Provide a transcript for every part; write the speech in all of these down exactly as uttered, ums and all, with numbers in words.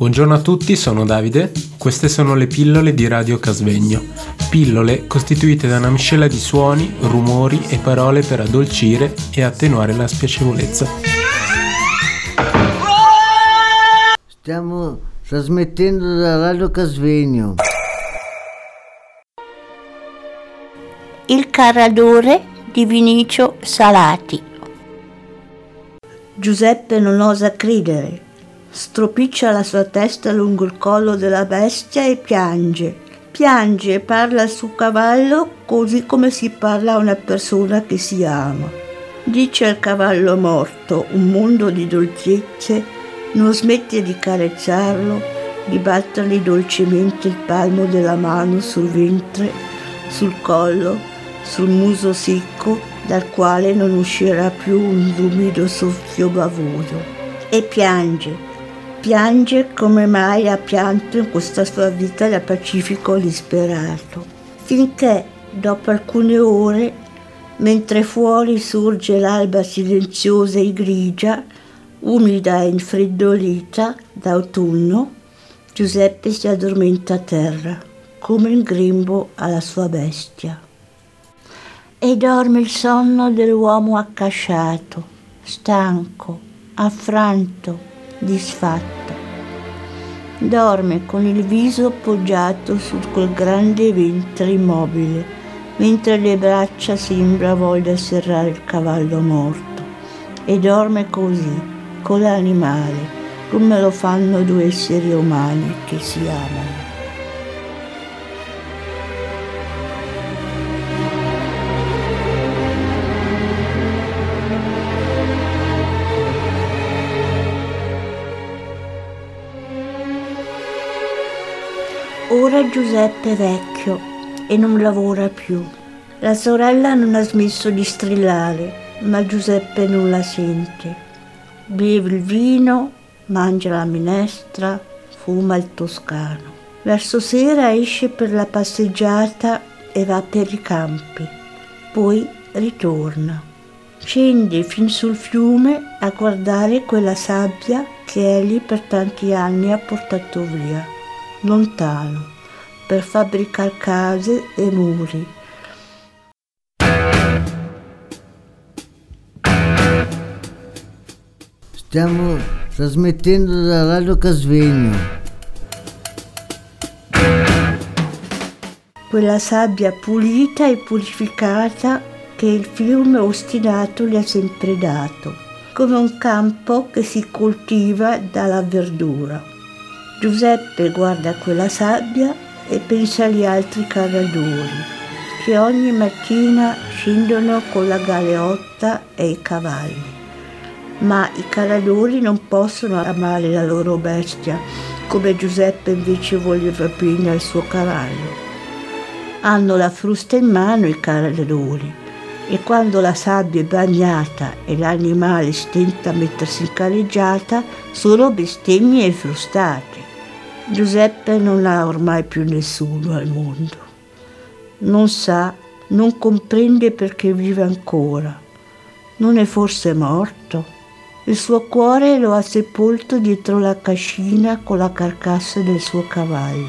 Buongiorno a tutti, sono Davide. Queste sono le pillole di Radio Casvegno. Pillole costituite da una miscela di suoni, rumori e parole per addolcire e attenuare la spiacevolezza. Stiamo trasmettendo da Radio Casvegno. Il carradore di Vinicio Salati. Giuseppe non osa credere. Stropiccia la sua testa lungo il collo della bestia e piange. Piange e parla al suo cavallo così come si parla a una persona che si ama. Dice al cavallo morto un mondo di dolcezze, non smette di carezzarlo, di battergli dolcemente il palmo della mano sul ventre, sul collo, sul muso secco dal quale non uscirà più un umido soffio bavoso. E piange. Piange come mai ha pianto in questa sua vita da pacifico disperato, finché, dopo alcune ore, mentre fuori sorge l'alba silenziosa e grigia, umida e infreddolita d'autunno, Giuseppe si addormenta a terra, come in grembo alla sua bestia. E dorme il sonno dell'uomo accasciato, stanco, affranto, disfatto. Dorme con il viso appoggiato su quel grande ventre immobile, mentre le braccia sembra voglia serrare il cavallo morto. E dorme così, con l'animale, come lo fanno due esseri umani che si amano. Ora Giuseppe è vecchio e non lavora più. La sorella non ha smesso di strillare, ma Giuseppe non la sente. Beve il vino, mangia la minestra, fuma il toscano. Verso sera esce per la passeggiata e va per i campi. Poi ritorna. Scende fin sul fiume a guardare quella sabbia che egli per tanti anni ha portato via. Lontano, per fabbricare case e muri. Stiamo trasmettendo da Radio Casvegno. Quella sabbia pulita e purificata che il fiume ostinato gli ha sempre dato, come un campo che si coltiva dalla verdura. Giuseppe guarda quella sabbia e pensa agli altri carradori che ogni mattina scendono con la galeotta e i cavalli. Ma i carradori non possono amare la loro bestia come Giuseppe invece voleva bene al suo cavallo. Hanno la frusta in mano i carradori e quando la sabbia è bagnata e l'animale stenta a mettersi in carreggiata sono bestemmie e frustate. Giuseppe non ha ormai più nessuno al mondo. Non sa, non comprende perché vive ancora. Non è forse morto? Il suo cuore lo ha sepolto dietro la cascina con la carcassa del suo cavallo.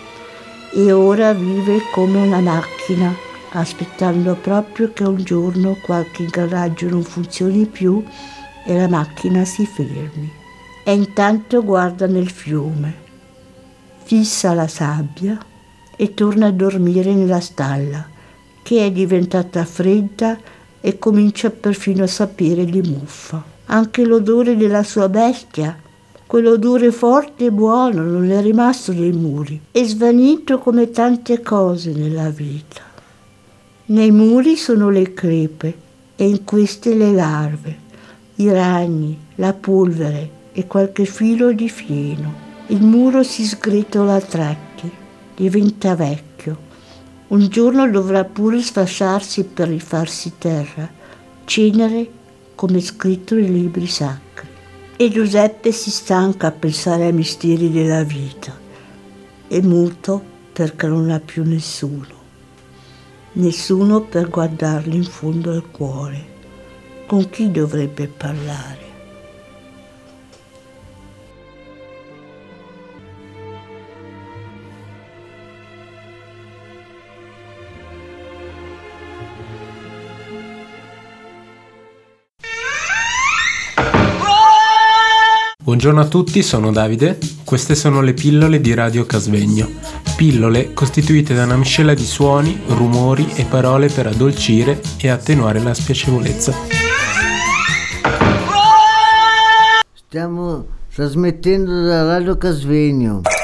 E ora vive come una macchina, aspettando proprio che un giorno qualche ingranaggio non funzioni più e la macchina si fermi. E intanto guarda nel fiume. Fissa la sabbia e torna a dormire nella stalla, che è diventata fredda e comincia perfino a sapere di muffa. Anche l'odore della sua bestia, quell'odore forte e buono, non è rimasto nei muri, è svanito come tante cose nella vita. Nei muri sono le crepe e in queste le larve, i ragni, la polvere e qualche filo di fieno. Il muro si sgretola a tratti, diventa vecchio. Un giorno dovrà pure sfasciarsi per rifarsi terra, cenere come scritto nei libri sacri. E Giuseppe si stanca a pensare ai misteri della vita. È muto perché non ha più nessuno. Nessuno per guardargli in fondo al cuore. Con chi dovrebbe parlare? Buongiorno a tutti, sono Davide. Queste sono le pillole di Radio Casvegno. Pillole costituite da una miscela di suoni, rumori e parole per addolcire e attenuare la spiacevolezza. Stiamo trasmettendo da Radio Casvegno.